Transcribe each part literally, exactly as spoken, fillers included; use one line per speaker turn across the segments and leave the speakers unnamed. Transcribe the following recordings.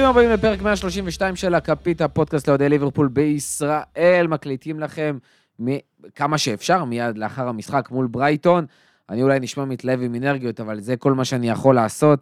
ברוכים הבאים לפרק מאה שלושים ושתיים של הכפית, הפודקאסט לאוהדי ליברפול בישראל. מקליטים לכם כמה שאפשר, מיד לאחר המשחק מול ברייטון. אני אולי נשמע מתלהב עם אנרגיות, אבל זה כל מה שאני יכול לעשות.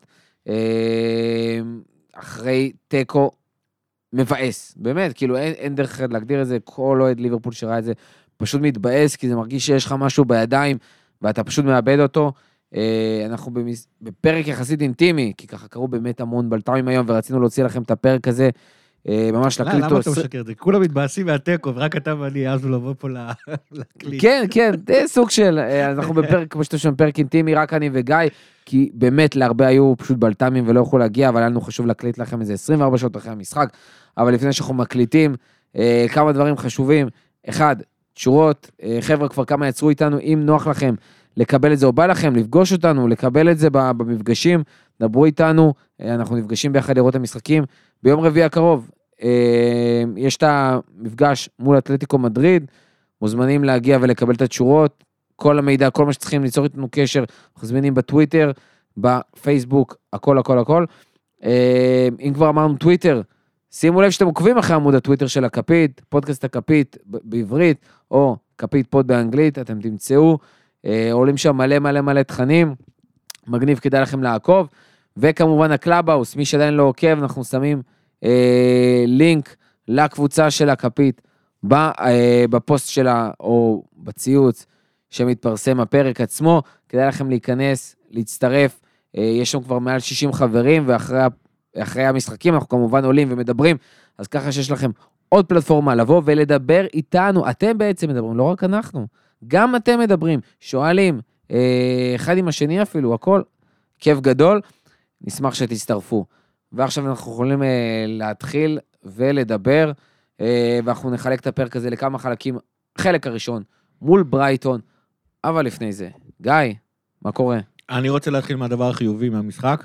אחרי טקו מבאס, באמת, כאילו אין, אין דרך להגדיר את זה, כל אוהד ליברפול שראה את זה, פשוט מתבאס, כי זה מרגיש שיש לך משהו בידיים, ואתה פשוט מאבד אותו. אנחנו בפרק יחסית אינטימי, כי ככה קראו באמת המון בלתיים היום, ורצינו להוציא לכם את הפרק הזה, ממש להקליט.
למה אתה משקר? זה כולם מתבאסים מהטקו, ורק אתה ואני אז לבוא פה להקליט.
כן, כן, זה סוג של, אנחנו בפרק, כמו שאתה שם, פרק אינטימי, רק אני וגיא, כי באמת להרבה היו פשוט בלתמים ולא יכולו להגיע, אבל לנו חשוב להקליט לכם איזה עשרים וארבע שעות אחרי המשחק, אבל לפני שאנחנו מקליטים, כמה דברים חשובים. אחד, תשורות, חבר'ה כבר כמה יצרו איתנו, אם נוח לכם לקבל את זה, או בא לכם לפגוש אותנו, לקבל את זה במפגשים, דברו איתנו, אנחנו נפגשים ביחד לראות המשחקים, ביום רביעי הקרוב, יש את המפגש מול אתלטיקו מדריד, מוזמנים להגיע ולקבל את התשורות, כל המידע, כל מה שצריכים ליצור איתנו קשר, אנחנו זמינים בטוויטר, בפייסבוק, הכל, הכל, הכל. אם כבר אמרנו טוויטר, שימו לב שאתם עוקבים אחרי עמוד הטוויטר של הכפית, פודקאסט הכפית בעברית, או כפית פוד באנגלית, אתם תמצאו, עולים שם מלא מלא מלא תכנים, מגניב, כדאי לכם לעקוב, וכמובן הקלאבהאוס, מי שעדיין לא עוקב, אנחנו שמים אה, לינק לקבוצה של הכפית, בפוסט שלה, או בציוץ, שמתפרסם הפרק עצמו, כדאי לכם להיכנס, להצטרף, אה, יש שם כבר מעל שישים חברים, ואחרי אחרי המשחקים אנחנו כמובן עולים ומדברים, אז ככה שיש לכם עוד פלטפורמה לבוא ולדבר איתנו, אתם בעצם מדברים, לא רק אנחנו, גם אתם מדברים, שואלים, אה, אחד עם השני אפילו, הכל, כיף גדול, נשמח שתצטרפו. ועכשיו אנחנו יכולים אה, להתחיל ולדבר, אה, ואנחנו נחלק את הפרק הזה לכמה חלקים, חלק הראשון, מול ברייטון, אבל לפני זה, גיא, מה קורה?
אני רוצה להתחיל מהדבר החיובי מהמשחק,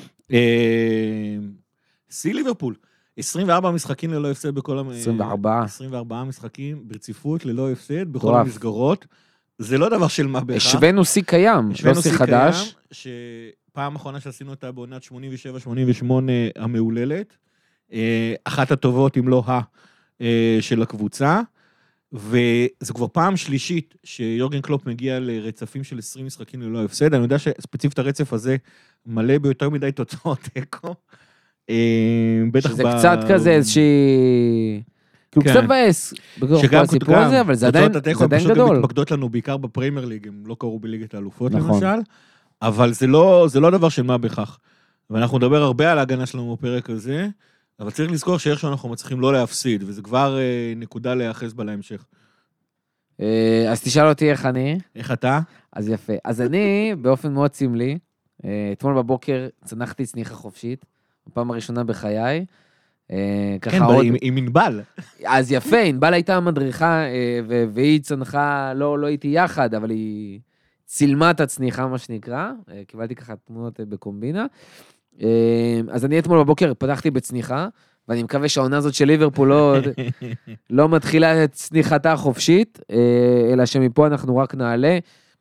סי ליברפול, עשרים וארבעה משחקים ללא הפסד בכל המ...
עשרים וארבע.
עשרים וארבעה משחקים ברציפות ללא הפסד בכל המסגרות. זה לא דבר של מה בכך.
השווינו סי קיים, לא סי חדש.
שפעם אחרונה שעשינו אותה בעונת שמונים ושבע שמונים ושמונה המעוללת, אחת הטובות אם לא ה של הקבוצה, וזו כבר פעם שלישית שיורגן קלופ מגיע לרצפים של עשרים משחקים ללא הפסד. אני יודע שספציפית הרצף הזה מלא ביותר מדי תוצאות אקו.
שזה קצת כזה איזושהי... כאילו קצת בייס, בכל הסיפור הזה, אבל זה עדיין גדול.
תוצאות התיקו פשוט מתמקדות לנו בעיקר בפריימר ליג, הם לא קראו בליגת האלופות למשל, אבל זה לא דבר של מה בכך. ואנחנו נדבר הרבה על ההגנה שלנו בפרק הזה, אבל צריך לזכור שאיכשהו אנחנו מצליחים לא להפסיד, וזה כבר נקודה להיאחז בה להמשך.
אז תשאל אותי איך אני.
איך אתה?
אז יפה. אז אני, באופן מאוד סמלי, אתמול בבוקר צנחתי צניחה חופשית, בפעם הראשונה בחיי.
כן, עם אינבל.
אז יפה, אינבל הייתה המדריכה, והיא צנחה, לא הייתי יחד, אבל היא צילמה את הצניחה, מה שנקרא. קיבלתי ככה תמונות בקומבינה. אז אני אתמול בבוקר פתחתי בצניחה, ואני מקווה שהעונה הזאת של ליברפול לא מתחילה את צניחתה החופשית, אלא שמפה אנחנו רק נעלה.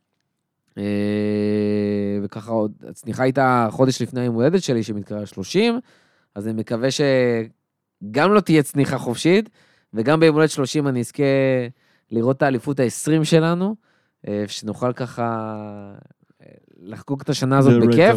וככה עוד, הצניחה הייתה חודש לפני היום הולדת שלי, שמתקרא שלושים, אז אני מקווה שגם לא תהיה צניחה חופשית, וגם ביום הולדת שלושים אני אזכה לראות את האליפות ה-עשרים שלנו, שנוכל ככה לחגוג את השנה הזאת בכיף.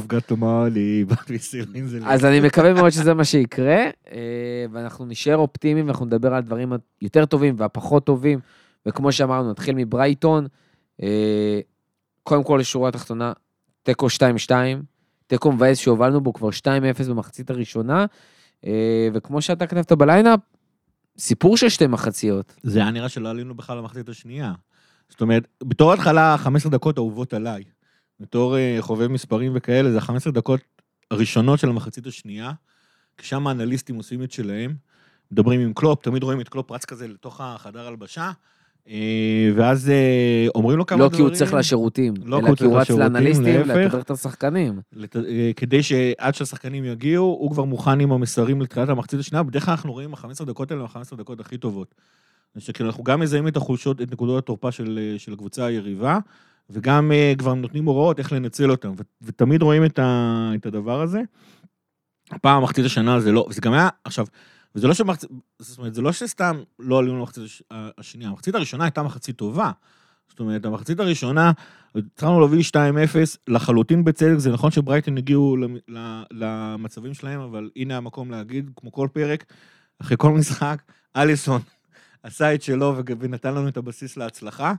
אז אני מקווה מאוד שזה מה שיקרה, ואנחנו נשאר אופטימיים, ואנחנו נדבר על דברים יותר טובים והפחות טובים, וכמו שאמרנו, נתחיל מברייטון, קודם כל לשורה התחתונה, טקו שתיים שתיים, טקו מבאס שהובלנו בו כבר שתיים אפס במחצית הראשונה, וכמו שאתה כתבת בליינאפ, סיפור של שתי מחציות.
זה היה נראה שלא עלינו בכלל למחצית השנייה. זאת אומרת, בתור התחלה חמש עשרה דקות אהובות עליי, בתור חובב מספרים וכאלה, זה חמש עשרה דקות הראשונות של המחצית השנייה, כשם האנליסטים עושים את שלהם, מדברים עם קלופ, תמיד רואים את קלופ רץ כזה לתוך החדר הלבשה, ואז אומרים לו כמה דברים.
לא כי הוא צריך לשירותים, אלא כי הוא רץ לאנליסטים, לתדרך את השחקנים.
כדי שעד שהשחקנים יגיעו, הוא כבר מוכן עם המסרים לתחילת המחצית השנייה, בדרך כלל אנחנו רואים ה-חמש עשרה דקות האלה, ה-חמש עשרה דקות הכי טובות. אנחנו גם מזהים את החולשות, את נקודות התורפה של הקבוצה היריבה, וגם כבר נותנים הוראות איך לנצל אותם, ותמיד רואים את הדבר הזה. הפעם מחצית השנה זה לא, וזה גם היה, עכשיו, וזה לא שמחצית, זאת אומרת, זה לא שסתם לא עלינו למחצית השנייה, המחצית הראשונה הייתה מחצית טובה, זאת אומרת, המחצית הראשונה, התחלנו להוביל שתיים אפס, לחלוטין בצדק, זה נכון שברייטון הגיעו למצבים שלהם, אבל הנה המקום להגיד, כמו כל פרק, אחרי כל משחק, אליסון עשה את שלו ונתן לנו את הבסיס להצלחה.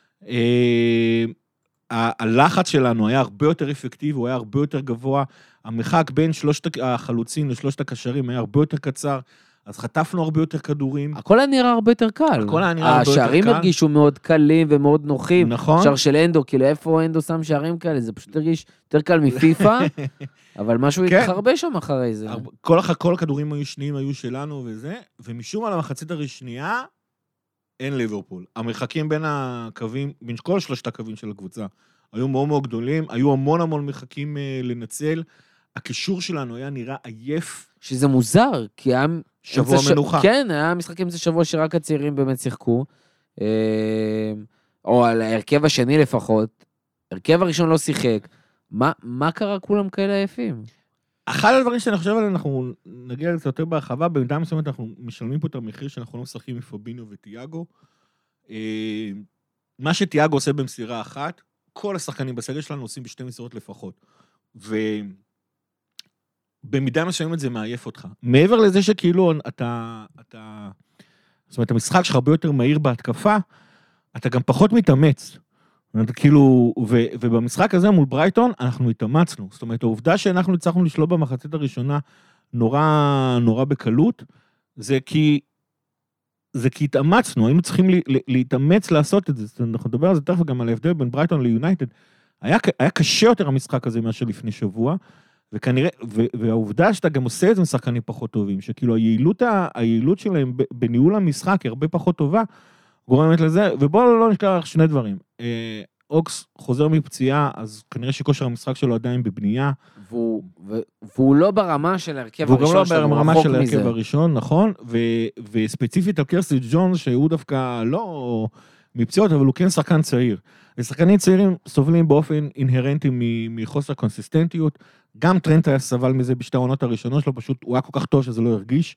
הלחץ שלנו היה הרבה יותר אפקטיבי, הוא היה הרבה יותר גבוה, המרחק בין שלושת החלוצים לשלושת הקשרים היה הרבה יותר קצר, אז חטפנו הרבה יותר כדורים.
הכל היה נראה הרבה יותר קל.
הכל היה נראה הרבה יותר קל.
השערים הרגישו מאוד קלים ומאוד נוחים.
נכון.
שער של אנדו, כאילו איפה אנדו שם שערים כאלה, זה פשוט הרגיש יותר קל מפיפה, אבל משהו התחרבה שם אחרי זה.
כל, כל הכדורים היו שניים, היו שלנו וזה, ומשום על המחצית הראשנייה, אין ליברפול. המרחקים בין הקווים, בין כל שלושת הקווים של הקבוצה, היו מאוד מאוד גדולים, היו המון המון מרחקים לנצל, הקישור שלנו היה נראה עייף.
שזה מוזר, כי היה...
שבוע מנוחה.
כן, היה משחקים זה שבוע שרק הצעירים באמת שיחקו, או על ההרכב השני לפחות, הרכב הראשון לא שיחק, מה, מה קרה כולם כאלה עייפים?
אחד הדברים שאני חושב עליהם, אנחנו נגיע לזה יותר בהרחבה, במידה מסוימת אנחנו משלמים פה את המחיר שאנחנו לא משחקים עם פביניו וטיאגו. מה שטיאגו עושה במסירה אחת, כל השחקנים בסגל שלנו עושים בשתי מסירות לפחות. ובמידה מסוימת זה מעייף אותך. מעבר לזה שכאילו אתה, אתה, זאת אומרת, המשחק שלך הרבה יותר מהיר בהתקפה, אתה גם פחות מתאמץ. כאילו, ו, ובמשחק הזה מול ברייטון, אנחנו התאמצנו. זאת אומרת, העובדה שאנחנו הצלחנו לשלוט במחצית הראשונה נורא, נורא בקלות, זה כי, זה כי התאמצנו, היינו צריכים לי, להתאמץ לעשות את זה. אנחנו נדבר על זה תכף גם על ההבדל בין ברייטון ליונייטד. היה, היה קשה יותר המשחק הזה מאשר לפני שבוע, וכנראה, ו, והעובדה שאתה גם עושה את זה משחקנים פחות טובים, שכאילו היעילות, היעילות שלהם בניהול המשחק היא הרבה פחות טובה, גורמת לזה, ובואו לא נשכח שני דברים. אוקס חוזר מפציעה, אז כנראה שכושר המשחק שלו עדיין בבנייה.
והוא, והוא לא ברמה של הרכב
הראשון. והוא
הראשון,
גם לא ברמה של הרכב הראשון, נכון, ו, וספציפית על קרסי ג'ונס, שהוא דווקא לא מפציעות, אבל הוא כן שחקן צעיר. ושחקנים צעירים סובלים באופן אינהרנטי מחוסר קונסיסטנטיות, גם טרנט היה סבל מזה בשתי העונות הראשונות שלו, פשוט הוא היה כל כך טוב שזה לא הרגיש,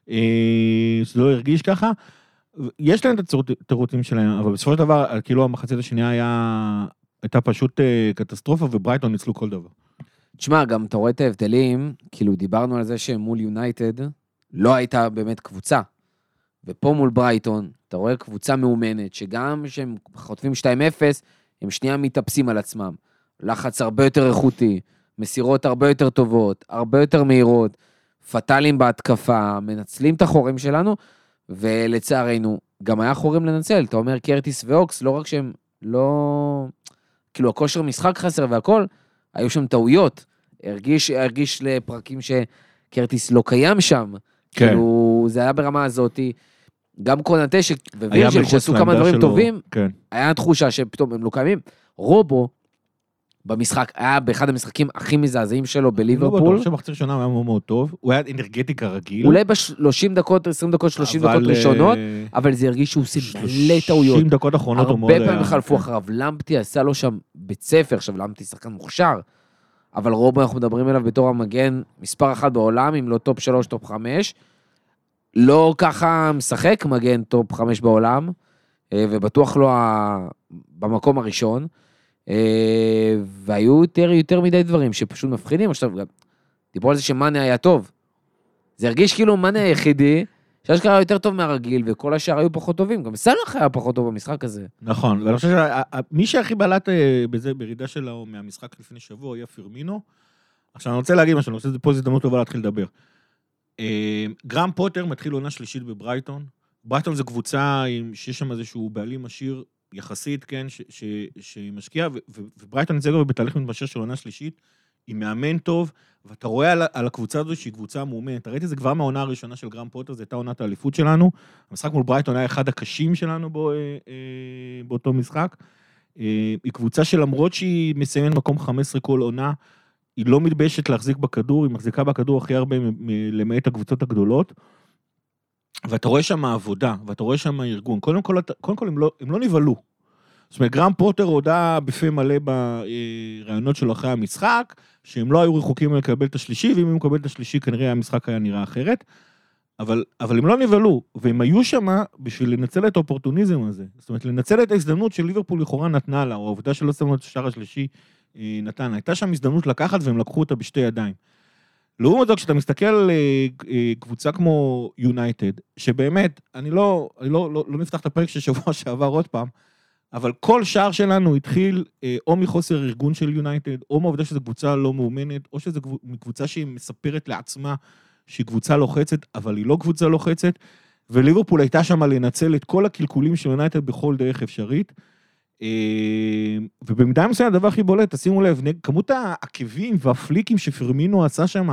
שזה לא הרגיש ככה, יש להם את התירוצים שלהם, אבל בסופו של דבר, כאילו המחצית השנייה היה, הייתה פשוט קטסטרופה, וברייטון ניצלו כל דבר.
תשמע, גם אתה רואה את ההבדלים, כאילו דיברנו על זה שמול יונייטד, לא הייתה באמת קבוצה, ופה מול ברייטון, אתה רואה קבוצה מאומנת, שגם שהם חוטפים שתיים אפס, הם שנייה מתאפסים על עצמם, לחץ הרבה יותר איכותי, מסירות הרבה יותר טובות, הרבה יותר מהירות, פטלים בהתקפה, מנצלים את החורים שלנו, ולצערנו, גם היה חורים לנצל, אתה אומר קרטיס ואוקס, לא רק שהם לא, כאילו הכושר משחק חסר והכל, היו שם טעויות, הרגיש, הרגיש לפרקים שקרטיס לא קיים שם, כן. כאילו זה היה ברמה הזאת, גם קונטה ווירג'ל שעשו כמה דברים שלו, טובים, כן. היה תחושה שפתאום הם לא קיימים, רובו, במשחק, היה באחד המשחקים הכי מזעזעים שלו בליברפול.
לא בטוח שבחצי ראשונה הוא היה מאוד מאוד טוב, הוא היה אנרגטיקה רגיל.
אולי ב-שלושים דקות, עשרים דקות, שלושים דקות ראשונות, אבל זה הרגיש שהוא עושה מלא טעויות.
שלושים דקות אחרונות הוא מאוד היה.
הרבה פעמים חלפו אחריו, למפטי עשה לו שם בית ספר, עכשיו למפטי שחקן מוכשר, אבל רובו אנחנו מדברים אליו בתור המגן, מספר אחד בעולם, אם לא טופ שלוש, טופ חמש, לא ככה משחק מגן טופ חמש בעולם, ובטוח לא במקום הראשון, והיו יותר, יותר מדי דברים שפשוט מפחידים. עכשיו, דיברו על זה שמאנה היה טוב. זה הרגיש כאילו מאנה היחידי, שהשקרה יותר טוב מהרגיל, וכל השאר היו פחות טובים. גם סלח היה פחות טוב במשחק הזה.
נכון, ואני חושב שמי שהכי בלט בזה, ברידה שלו מהמשחק לפני שבוע, היה פירמינו. עכשיו, אני רוצה להגיד משהו, אני רוצה פה הזדמנות טובה להתחיל לדבר. גרם פוטר מתחיל עונה שלישית בברייטון. ברייטון זה קבוצה שיש שם איזשהו בעלים עשיר, יחסית, כן, שמשקיע, וברייטון את זה גם בתהליך מתמשך של עונה שלישית, היא מאמן טוב, ואתה רואה על, על הקבוצה הזו שהיא קבוצה מאומנת. ראיתי זה כבר מהעונה הראשונה של גרם פוטר, זו הייתה עונת האליפות שלנו, המשחק מול ברייטון היה אחד הקשים שלנו בו, באותו משחק, היא קבוצה שלמרות שהיא מסיימת מקום חמש עשרה כל עונה, היא לא מתביישת להחזיק בכדור, היא מחזיקה בכדור הכי הרבה למעט הקבוצות הגדולות, ואתה רואה שם העבודה, ואתה רואה שם הארגון. קודם כל, קודם כל הם לא, הם לא נבלו. זאת אומרת, גרם פוטר הודע בפה מלא ברעיונות שלו אחרי המשחק, שהם לא היו רחוקים לקבל את השלישי, ואם הם מקבל את השלישי, כנראה המשחק היה נראה אחרת, אבל, אבל הם לא נבלו, והם היו שם בשביל לנצל את האופורטוניזם הזה, זאת אומרת, לנצל את ההזדמנות של ליברפול לכאורה נתנה לה, או העובדה שלא שמו את השער השלישי נתן, הייתה שם הזדמנות לקחת, והם לקחו אותה בשתי ידיים. לעומת זאת, כשאתה מסתכל על קבוצה כמו יונייטד, שבאמת, אני לא, אני לא, לא, לא נפתח את הפרק של שבוע שעבר עוד פעם, אבל כל שער שלנו התחיל או מחוסר ארגון של יונייטד, או מהעובדה שזו קבוצה לא מאומנת, או שזו קבוצה שהיא מספרת לעצמה שהיא קבוצה לוחצת, אבל היא לא קבוצה לוחצת, וליברפול הייתה שם לנצל את כל הקלקולים של יונייטד בכל דרך אפשרית, ובמידה מסוימת הדבר הכי בולט, תשימו לב, כמות העקבים והפליקים שפרמינו עשה שם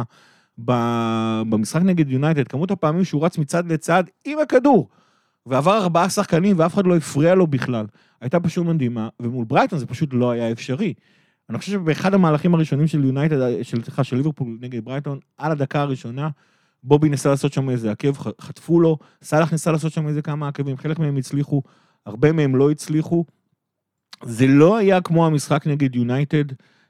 במשחק נגד יונייטד, כמות הפעמים שהוא רץ מצד לצד עם הכדור, ועבר ארבעה שחקנים ואף אחד לא הפריע לו בכלל, הייתה פשוט מדהימה, ומול ברייטון זה פשוט לא היה אפשרי. אני חושב שבאחד המהלכים הראשונים של יונייטד, של, של ליברפול נגד ברייטון, על הדקה הראשונה, בובי ניסה לעשות שם איזה עקב, חטפו לו, סלח ניסה לעשות שם איזה כמה עקבים, חלק מהם הצליחו, הרבה מהם לא הצליחו, זה לא היה כמו המשחק נגד יונייטד,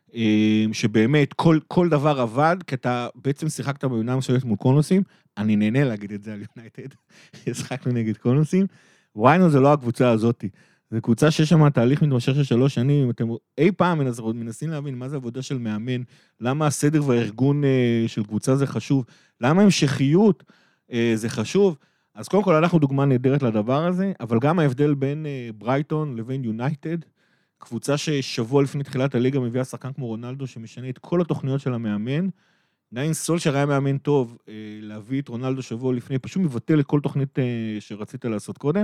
שבאמת כל, כל דבר עבד, כי אתה בעצם שיחקת בעונה מסוימת מול קונוסים, אני נהנה להגיד את זה על יונייטד, ששחקנו נגד קונוסים, וואינו זה לא הקבוצה הזאת, זו קבוצה שיש שם תהליך מתמשך של שלוש שנים, אם אתם אי פעם מנסים להבין מה זה עבודה של מאמן, למה הסדר והארגון של קבוצה זה חשוב, למה המשכיות זה חשוב, אז קודם כל אנחנו דוגמה נהדרת לדבר הזה, אבל גם ההבדל בין ברייטון לבין יונייטד, קבוצה ששבוע לפני תחילת הליגה מביאה שחקן כמו רונלדו, שמשנה את כל התוכניות של המאמן, עדיין סולשר היה מאמן טוב, להביא את רונלדו שבוע לפני, פשוט מבטל את כל תוכנית שרצית לעשות קודם,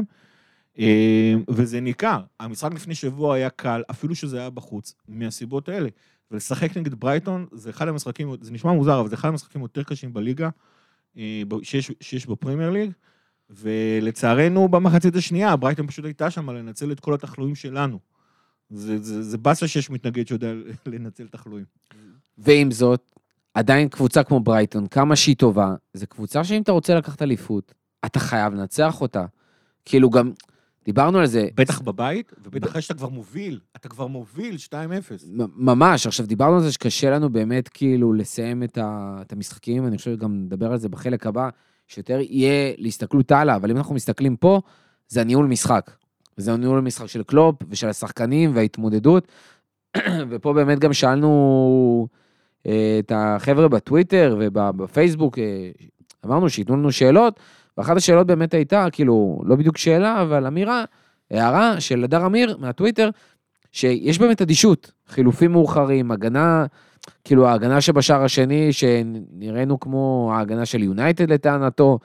וזה ניכר, המשחק לפני שבוע היה קל, אפילו שזה היה בחוץ, מהסיבות האלה, ולשחק נגד ברייטון, זה אחד המשחקים, זה נשמע מוזר, אבל זה אחד המשחקים יותר קשים בליגה, שיש, שיש בפרמייר ליג, ולצערנו במחצית השנייה, ברייטון פשוט הייתה שם לנצל את כל התחלואים שלנו, זה, זה, זה בסה שיש מתנגד שיודע לנצל תחלואים.
ועם זאת, עדיין קבוצה כמו ברייטון, כמה שהיא טובה, זה קבוצה שאם אתה רוצה לקחת אליפות, אתה חייב לנצח אותה. כאילו גם, דיברנו על זה.
בטח בבית, ובטח אחרי שאתה כבר מוביל, אתה כבר מוביל שתיים אפס.
ממש, עכשיו דיברנו על זה שקשה לנו באמת כאילו לסיים את, ה, את המשחקים, אני חושב גם נדבר על זה בחלק הבא, שיותר יהיה להסתכלות הלאה, אבל אם אנחנו מסתכלים פה, זה הניהול משחק. וזה הניהול משחק של קלופ ושל השחקנים וההתמודדות, ופה באמת גם שאלנו את החבר'ה בטוויטר ובפייסבוק, אמרנו שיתנו לנו שאלות, ואחת השאלות באמת הייתה, כאילו, לא בדיוק שאלה, אבל אמירה, הערה של הדר אמיר מהטוויטר, שיש באמת אדישות, חילופים מאוחרים, הגנה, כאילו ההגנה שבשער השני, שנראינו כמו ההגנה של יונייטד לטענתו,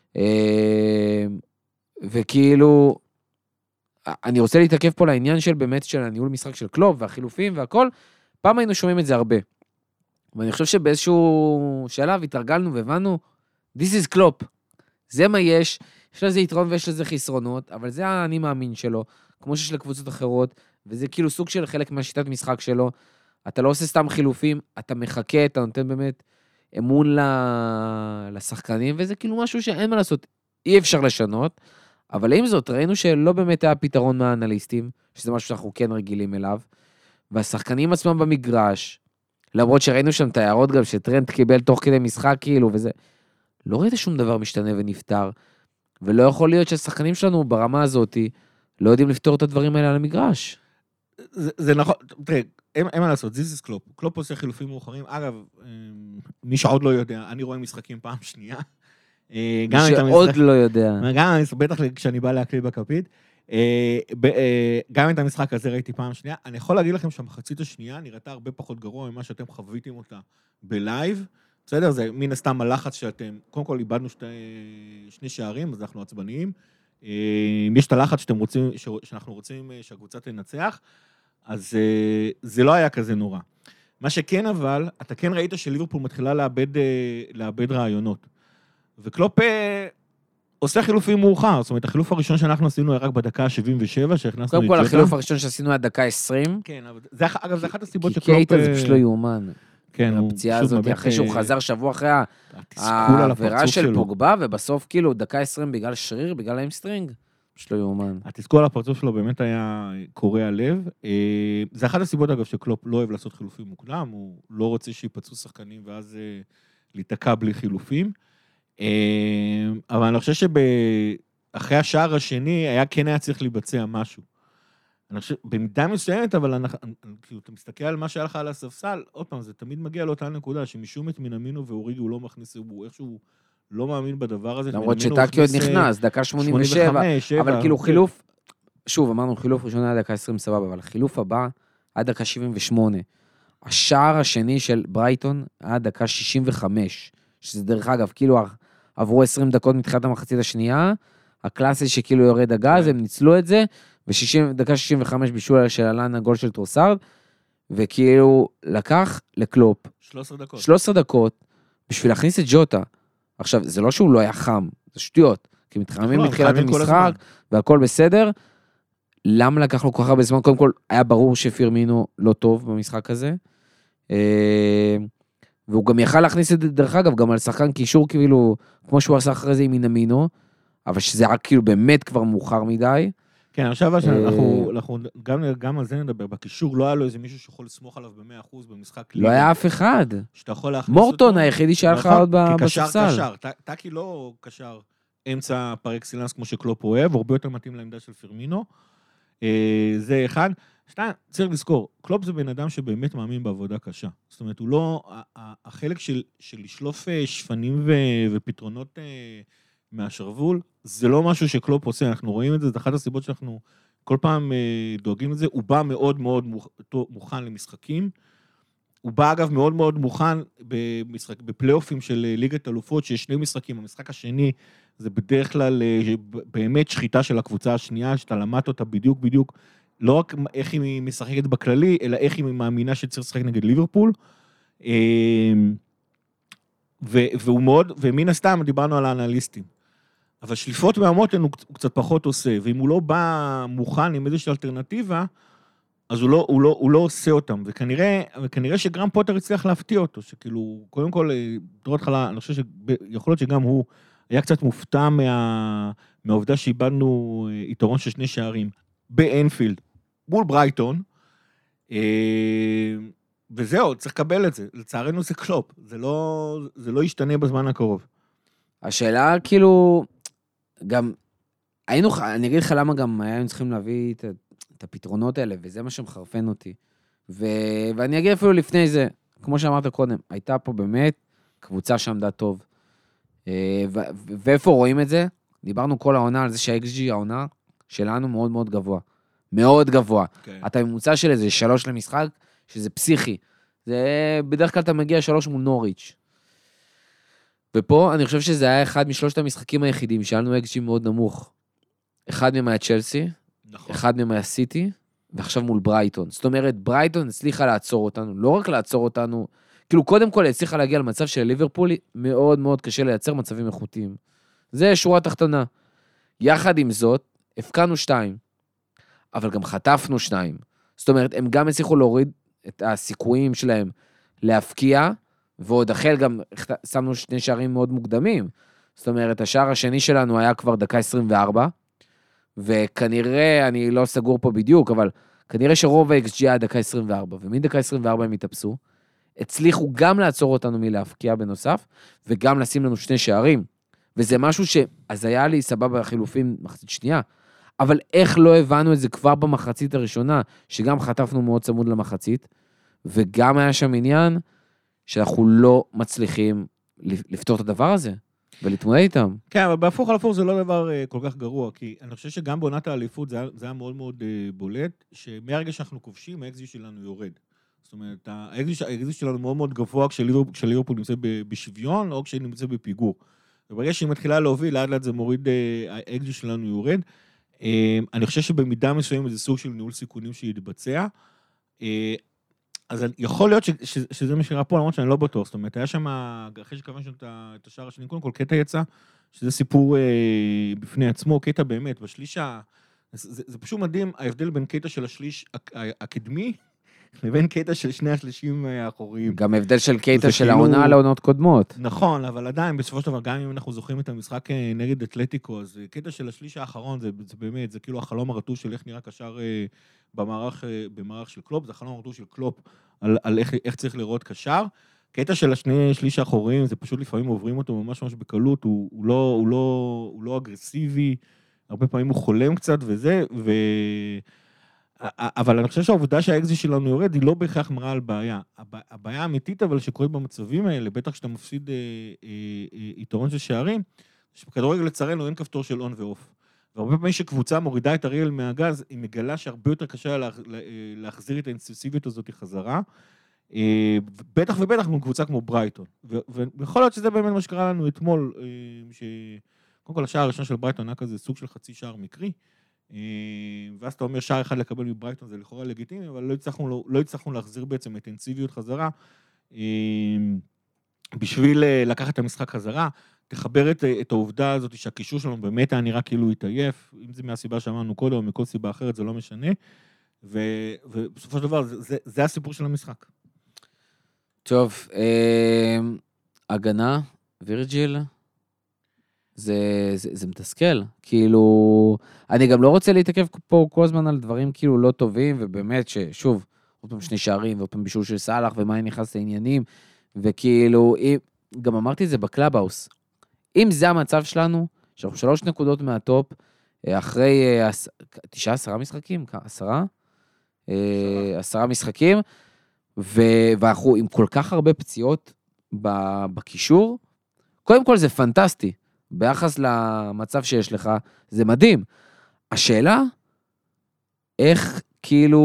וכאילו, אני רוצה להתעכב פה לעניין של באמת של הניהול משחק של קלופ והחילופים והכל, פעם היינו שומעים את זה הרבה. ואני חושב שבאיזשהו שלב התרגלנו והבנו, this is קלופ. זה מה יש, יש לזה יתרון ויש לזה חסרונות, אבל זה אני מאמין שלו, כמו שיש לקבוצות אחרות, וזה כאילו סוג של חלק מהשיטת משחק שלו, אתה לא עושה סתם חילופים, אתה מחכה, אתה נותן באמת אמון לשחקנים, וזה כאילו משהו שאין מה לעשות, אי אפשר לשנות, אבל עם זאת, ראינו שלא באמת היה פתרון מהאנליסטים, שזה משהו שאנחנו כן רגילים אליו, והשחקנים עצמם במגרש, למרות שראינו שם את ההערות גם שטרנט קיבל תוך כדי משחק כאילו, וזה, לא ראית שום דבר משתנה ונפטר, ולא יכול להיות שהשחקנים שלנו ברמה הזאת, לא יודעים לפתור את הדברים האלה על המגרש.
זה, זה נכון, תראה, אין, אין מה לעשות, this is קלופ, קלופ עושה חילופים מאוחרים, אגב, מי שעוד לא יודע, אני רואה משחקים פעם שנייה,
מי שעוד לא יודע.
גם, בטח כשאני בא להקליט בכפית, גם את המשחק הזה ראיתי פעם שנייה, אני יכול להגיד לכם שהמחצית השנייה נראתה הרבה פחות גרוע ממה שאתם חוויתם אותה בלייב, בסדר, זה מן הסתם הלחץ שאתם, קודם כל איבדנו שתי, שני שערים, אז אנחנו עצבניים, יש את הלחץ שאתם רוצים, שאנחנו רוצים שהקבוצה תנצח, אז זה לא היה כזה נורא. מה שכן אבל, אתה כן ראית שליברפול מתחילה לאבד, לאבד רעיונות, וקלופ עושה חילופים מאוחר, זאת אומרת, החילוף הראשון שאנחנו עשינו היה רק בדקה ה-שבעים ושבע, שהכנסנו...
קודם כל, החילוף הראשון שעשינו היה דקה עשרים.
כן, אבל אגב, זה אחת הסיבות
שקלופ... כי קייטה זה פשוט לא יאומן.
כן,
הפציעה הזאת, אחרי שהוא חזר שבוע אחרי העבירה של פוגבה, ובסוף כאילו דקה עשרים בגלל שריר, בגלל האמסטרינג. פשוט לא יאומן.
התסכול על הפרצוף שלו באמת היה קורע לב. זה אחת הסיבות, אגב, שקלופ לא אוהב לעשות חילופים מוקדם, הוא לא רוצה שיפצעו שחקנים ואז להיתקע בלי חילופים. אבל אני חושב שאחרי השער השני, היה כן היה צריך להיבצע משהו. אני חושב, במידה מסוימת, אבל אנחנו, כאילו, אתה מסתכל על מה שהיה לך על הספסל, עוד פעם, זה תמיד מגיע לאותה נקודה, שמשום את מינמינו ואוריגי הוא לא מכניס, הוא איכשהו לא מאמין בדבר הזה.
למרות שטאקי עוד נכנס, דקה שמונים ושבע, אבל כאילו חילוף, שוב, אמרנו חילוף ראשון היה דקה עשרים סבבה, אבל חילוף הבא, עד דקה שבעים ושמונה. השער השני של ברייטון, עד דקה שישים וחמש, שזה דרך אגב, כאילו עברו עשרים דקות מתחילת המחצית השנייה, הקלאסי שכאילו יורד הגז, הם ניצלו את זה, ודקה שישים וחמש בישול של אלן הגול של טרוסארד, וכאילו לקח לקלופ.
שלוש עשרה דקות.
שלוש עשרה דקות, בשביל להכניס את ג'וטה. עכשיו, זה לא שהוא לא היה חם, זה שטויות, כי מתחממים מתחילת המשחק, והכל בסדר. למה לקח לו כל כך הרבה זמן? קודם כל, היה ברור שפירמינו לא טוב במשחק הזה, והוא גם יכל להכניס את זה, דרך אגב, גם על שחקן קישור, כאילו, כמו שהוא עשה אחרי זה עם מינמינו, אבל שזה היה כאילו באמת כבר מאוחר מדי.
כן, עכשיו אנחנו, אנחנו גם, גם על זה נדבר, בקישור לא היה לו איזה מישהו שיכול לסמוך עליו ב-מאה אחוז במשחק.
לא היה אף אחד.
שאתה יכול להכניס
מורטון
אותו.
היחידי שהיה לך עוד בספסל.
כקשר, קשר. טאקי לא קשר אמצע פר אקסלנס כמו שקלופ אוהב, הרבה יותר מתאים לעמדה של פירמינו. זה אחד. שתיים, צריך לזכור, קלופ זה בן אדם שבאמת מאמין בעבודה קשה. זאת אומרת, הוא לא, החלק של, של לשלוף שפנים ו, ופתרונות מהשרוול, זה לא משהו שקלופ עושה, אנחנו רואים את זה, זה אחת הסיבות שאנחנו כל פעם דואגים את זה, הוא בא מאוד מאוד מוכן למשחקים, הוא בא אגב מאוד מאוד מוכן במשחק, בפלייאופים של ליגת אלופות, שיש שני משחקים, המשחק השני זה בדרך כלל באמת שחיטה של הקבוצה השנייה, שאתה למדת אותה בדיוק בדיוק, לא רק איך היא משחקת בכללי, אלא איך היא מאמינה שצריך לשחק נגד ליברפול, והוא מאוד, ומן הסתם דיברנו על האנליסטים, אבל שליפות מהמותן הוא קצת פחות עושה, ואם הוא לא בא מוכן עם איזושהי אלטרנטיבה, אז הוא לא, הוא לא, הוא לא עושה אותם, וכנראה, וכנראה שגרם פוטר הצליח להפתיע אותו, שכאילו, קודם כל, תראו התחלה, אני חושב שיכול להיות שגם הוא היה קצת מופתע מה, מהעובדה שאיבדנו יתרון של שני שערים, באנפילד, מול ברייטון, וזהו, צריך לקבל את זה, לצערנו זה קלופ, זה לא, זה לא ישתנה בזמן הקרוב.
השאלה כאילו, גם, היינו, אני אגיד לך למה גם היינו צריכים להביא את, את הפתרונות האלה, וזה מה שמחרפן אותי. ו, ואני אגיד אפילו לפני זה, כמו שאמרת קודם, הייתה פה באמת קבוצה שעמדה טוב. ו, ו, ואיפה רואים את זה? דיברנו כל העונה על זה שה-אקס ג'י העונה שלנו מאוד מאוד גבוה. מאוד גבוה. Okay. אתה ממוצע של איזה שלוש למשחק, שזה פסיכי. זה, בדרך כלל אתה מגיע שלוש מול נוריץ'. ופה אני חושב שזה היה אחד משלושת המשחקים היחידים, שהיה לנו אקס ג'י מאוד נמוך. אחד מהם היה צ'לסי, נכון. אחד מהם היה סיטי, ועכשיו מול ברייטון. זאת אומרת, ברייטון הצליחה לעצור אותנו, לא רק לעצור אותנו, כאילו קודם כל הצליחה להגיע למצב של ליברפול, מאוד מאוד קשה לייצר מצבים איכותיים. זה שורה תחתונה. יחד עם זאת, הפקענו שתיים, אבל גם חטפנו שניים. זאת אומרת, הם גם הצליחו להוריד את הסיכויים שלהם להפקיע, ועוד החל גם שמנו שני שערים מאוד מוקדמים. זאת אומרת, השער השני שלנו היה כבר דקה עשרים וארבע, וכנראה, אני לא סגור פה בדיוק, אבל כנראה שרוב ה-אקס ג'י היה דקה עשרים וארבע, ומדקה עשרים וארבע הם התאפסו, הצליחו גם לעצור אותנו מלהפקיע בנוסף, וגם לשים לנו שני שערים. וזה משהו ש... אז היה לי סבבה חילופים מחצית שנייה, אבל איך לא הבנו את זה כבר במחצית הראשונה, שגם חטפנו מאוד צמוד למחצית, וגם היה שם עניין שאנחנו לא מצליחים לפתור את הדבר הזה, ולהתמודד איתם.
כן, אבל בהפוך על הפוך זה לא דבר כל כך גרוע, כי אני חושב שגם בעונת האליפות זה, זה היה מאוד מאוד בולט, שמהרגע שאנחנו כובשים, האקס ג'י שלנו יורד. זאת אומרת, האקס ג'י שלנו מאוד מאוד גבוה כשליברפול נמצא בשוויון, או כשהיא נמצא בפיגור. וברגע שהיא מתחילה להוביל, לאט לאט זה מוריד, האקס ג'י שלנו יורד. אני חושב שבמידה מסוימת זה סוג של ניהול סיכונים שיתבצע. אז יכול להיות שזה מה שקרה פה, למרות שאני לא בטוח. זאת אומרת, היה שם, אחרי שכוון את השער השני, קודם כל קטע יצא, שזה סיפור בפני עצמו, קטע באמת, בשליש, זה פשוט מדהים, ההבדל בין קטע של השליש הקדמי, לבין קטע של שני השלישים האחוריים.
גם הבדל של קטע של
כאילו...
העונה לעונות קודמות.
נכון, אבל עדיין, בסופו של דבר, גם אם אנחנו זוכרים את המשחק נגד אתלטיקו, אז קטע של השליש האחרון, זה, זה באמת, זה כאילו החלום הרטוש של איך נראה קשר אה, במערך, אה, במערך של קלופ, זה החלום הרטוש של קלופ על, על איך, איך צריך לראות קשר. קטע של השני שליש האחוריים, זה פשוט לפעמים עוברים אותו ממש ממש בקלות, הוא, הוא, לא, הוא, לא, הוא לא אגרסיבי, הרבה פעמים הוא חולם קצת וזה, ו... אבל אני חושב שהעובדה שהאקזיט שלנו יורד, היא לא בהכרח מראה על בעיה. הבעיה האמיתית, אבל שקורית במצבים האלה, בטח כשאתה מפסיד אה, אה, אה, יתרון של שערים, שבכדורגל לצערנו אין כפתור של און ואוף. והרבה פעמים שקבוצה מורידה את אריאל מהגז, היא מגלה שהרבה יותר קשה לה, להחזיר את האינטנסיביות הזאת חזרה, אה, בטח ובטח מקבוצה כמו ברייטון. ויכול להיות שזה באמת מה שקרה לנו אתמול, אה, שקודם כל השער הראשון של ברייטון היה כזה סוג של חצי שער מקרי, ואז אתה אומר שער אחד לקבל מברייטון זה לכאורה לגיטימי, אבל לא הצלחנו, לא הצלחנו להחזיר בעצם אינטנסיביות חזרה, בשביל לקחת את המשחק חזרה, תחבר את, את העובדה הזאת שהקישור שלנו באמת היה נראה כאילו התעייף, אם זה מהסיבה שאמרנו קודם או מכל סיבה אחרת, זה לא משנה, ו, ובסופו של דבר זה, זה, זה הסיפור של המשחק.
טוב, הגנה, וירג'יל, זה, זה, זה מתסכל, כאילו, אני גם לא רוצה להתעכב פה כל הזמן על דברים כאילו לא טובים, ובאמת ששוב, עוד פעם שני שערים, ועוד פעם בישול של סלח, ומה נכנס לעניינים, וכאילו, גם אמרתי את זה בקלאבהאוס, אם זה המצב שלנו, שאנחנו שלוש נקודות מהטופ, אחרי תשעה, עשרה משחקים, עשרה, עשרה משחקים, ואנחנו עם כל כך הרבה פציעות בקישור, קודם כל זה פנטסטי, ביחס למצב שיש לך, זה מדהים. השאלה, איך כאילו,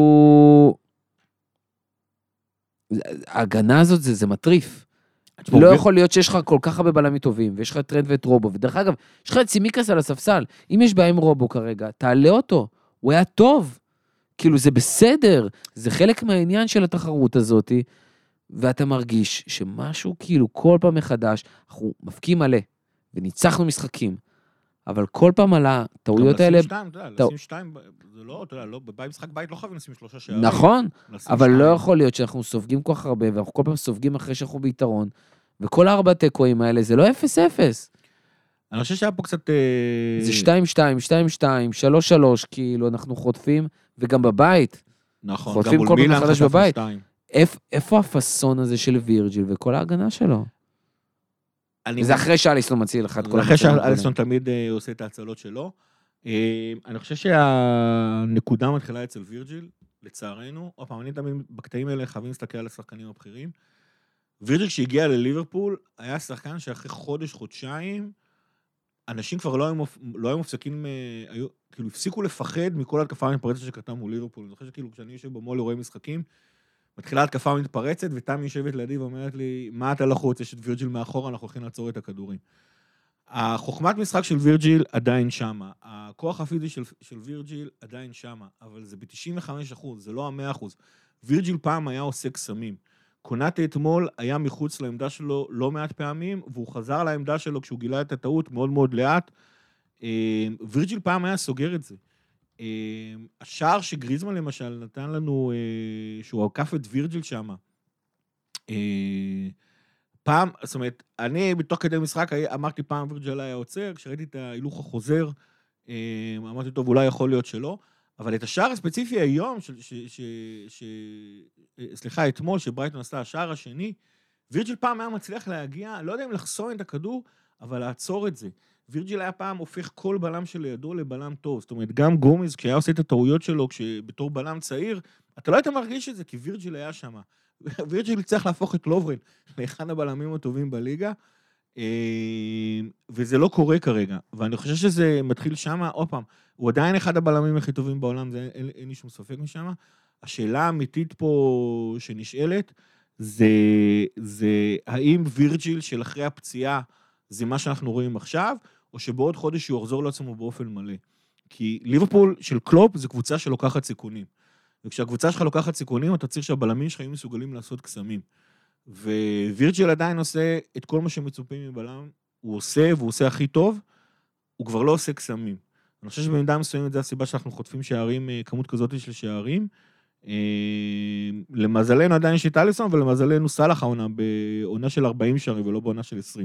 ההגנה הזאת זה, זה מטריף. לא יכול להיות שיש לך כל כך הרבה בלמים טובים, ויש לך את טרנד ואת רובו, ודרך אגב, יש לך את סימיקס על הספסל, אם יש בעיה עם רובו כרגע, תעלה אותו, הוא היה טוב, כאילו זה בסדר, זה חלק מהעניין של התחרות הזאת, ואתה מרגיש שמשהו כאילו כל פעם מחדש, אנחנו מפקים מלא, וניצחנו משחקים, אבל כל פעם על הטעויות האלה...
לשים שתיים, אתה יודע, לשים שתיים, זה לא, אתה יודע, במשחק בית לא חייבים לשים שלושה שערים.
נכון, אבל לא יכול להיות שאנחנו סופגים כל כך הרבה, ואנחנו כל פעם סופגים אחרי שאנחנו ביתרון, וכל הארבע טקואים האלה, זה לא אפס אפס.
אני חושב שהיה פה קצת...
זה שתיים שתיים, שתיים שתיים, שלוש שלוש, כאילו אנחנו חוטפים, וגם בבית.
נכון,
חוטפים כל פעם מחדש בבית. איפה הפסון הזה של וירג'יל וכל ההגנה שלו? זה אחרי שאליסון מציל לך את כל...
אחרי שאליסון תמיד עושה את ההצלות שלו. אני חושב שהנקודה מתחילה אצל וירג'יל, לצערנו, או פעם, אני תמיד בקטעים האלה חייבים להסתכל על השחקנים הבכירים. וירג'יל כשהגיע לליברפול, היה שחקן שאחרי חודש, חודשיים, אנשים כבר לא היו, לא היו מפסקים, היו, כאילו הפסיקו לפחד מכל התקפה המתפרצת שקטה מול ליברפול. אני חושב שכאילו כשאני יושב במול ורואה משחקים, מתחילה התקפה מתפרצת, ותמי יושבת לידי ואומרת לי, מה אתה לחוץ? יש את וירג'יל מאחורה, אנחנו הולכים לעצור את הכדורים. החוכמת משחק של וירג'יל עדיין שמה, הכוח הפיזי של, של וירג'יל עדיין שמה, אבל זה ב-תשעים וחמישה אחוז, זה לא ה-מאה אחוז. וירג'יל פעם היה עושה קסמים. קונאטה אתמול היה מחוץ לעמדה שלו לא מעט פעמים, והוא חזר לעמדה שלו כשהוא גילה את הטעות מאוד מאוד לאט. וירג'יל פעם היה סוגר את זה. השער שגריזמן למשל נתן לנו, שהוא עקף את וירג'יל שם, פעם, זאת אומרת, אני בתוך כדי משחק אמרתי פעם וירג'יל היה עוצר, כשראיתי את ההילוך החוזר, אמרתי טוב, אולי יכול להיות שלא, אבל את השער הספציפי היום, ש, ש, ש, ש, סליחה, אתמול שברייטון עשתה השער השני, וירג'יל פעם היה מצליח להגיע, לא יודע אם לחסום את הכדור, אבל לעצור את זה. וירג'יל היה פעם הופך כל בלם שלידו לבלם טוב, זאת אומרת, גם גומז, כשהיה עושה את הטעויות שלו, כשבתור בלם צעיר, אתה לא היית מרגיש את זה, כי וירג'יל היה שם. וירג'יל צריך להפוך את לוברן לאחד הבלמים הטובים בליגה, וזה לא קורה כרגע, ואני חושב שזה מתחיל שם, עוד פעם, הוא עדיין אחד הבלמים הכי טובים בעולם, זה, אין, אין לי שום ספק משם. השאלה האמיתית פה שנשאלת, זה, זה האם וירג'יל של אחרי הפציעה, זה מה שאנחנו רואים עכשיו, או שבעוד חודש הוא יחזור לעצמו באופן מלא. כי ליברפול של קלופ זה קבוצה שלוקחת סיכונים. וכשהקבוצה שלך לוקחת סיכונים, אתה צריך שהבלמים שלך יהיו מסוגלים לעשות קסמים. ווירג'יל עדיין עושה את כל מה שמצופים מבלם, הוא עושה, והוא עושה הכי טוב, הוא כבר לא עושה קסמים. אני חושב שבמידה מסוימת זה הסיבה שאנחנו חוטפים שערים, כמות כזאת של שערים, למזלנו עדיין יש את אליסון, ולמזלנו סלח העונה בעונה של ארבעים שערים, ולא בעונה של עשרים.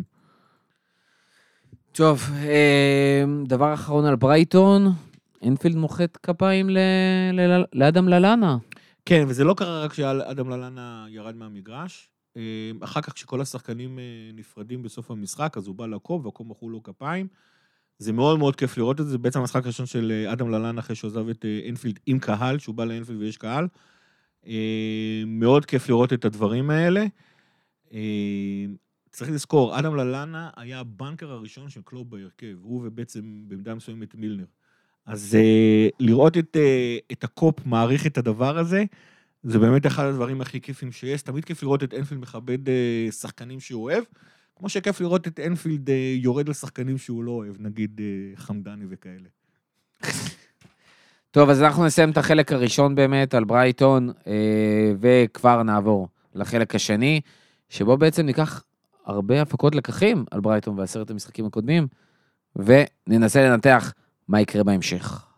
טוב, דבר אחרון על ברייטון, אנפילד מוחאת כפיים לאדם ללנה.
כן, וזה לא קרה רק שאדם ללנה ירד מהמגרש, אחר כך כשכל השחקנים נפרדים בסוף המשחק, אז הוא בא לקום, והקום מחאו לו כפיים. זה מאוד מאוד כיף לראות את זה, בעצם המשחק הראשון של אדם ללנה אחרי שעוזב את אנפילד עם קהל, שהוא בא לאנפילד ויש קהל. מאוד כיף לראות את הדברים האלה. צריך לזכור, אדם ללנה היה הבנקר הראשון של קלוב בהרכב, הוא ובעצם במידה מסוימת מילנר. אז לראות את, את הקופ מעריך את הדבר הזה, זה באמת אחד הדברים הכי כיפים שיש. תמיד כיף לראות את אנפילד מכבד שחקנים שהוא אוהב, כמו שכיף לראות את אנפילד יורד לשחקנים שהוא לא אוהב, נגיד חמדני וכאלה.
טוב, אז אנחנו נסיים את החלק הראשון באמת על ברייטון, וכבר נעבור לחלק השני, שבו בעצם ניקח הרבה הפקות לקחים על ברייטון ועשרת המשחקים הקודמים, וננסה לנתח מה יקרה בהמשך.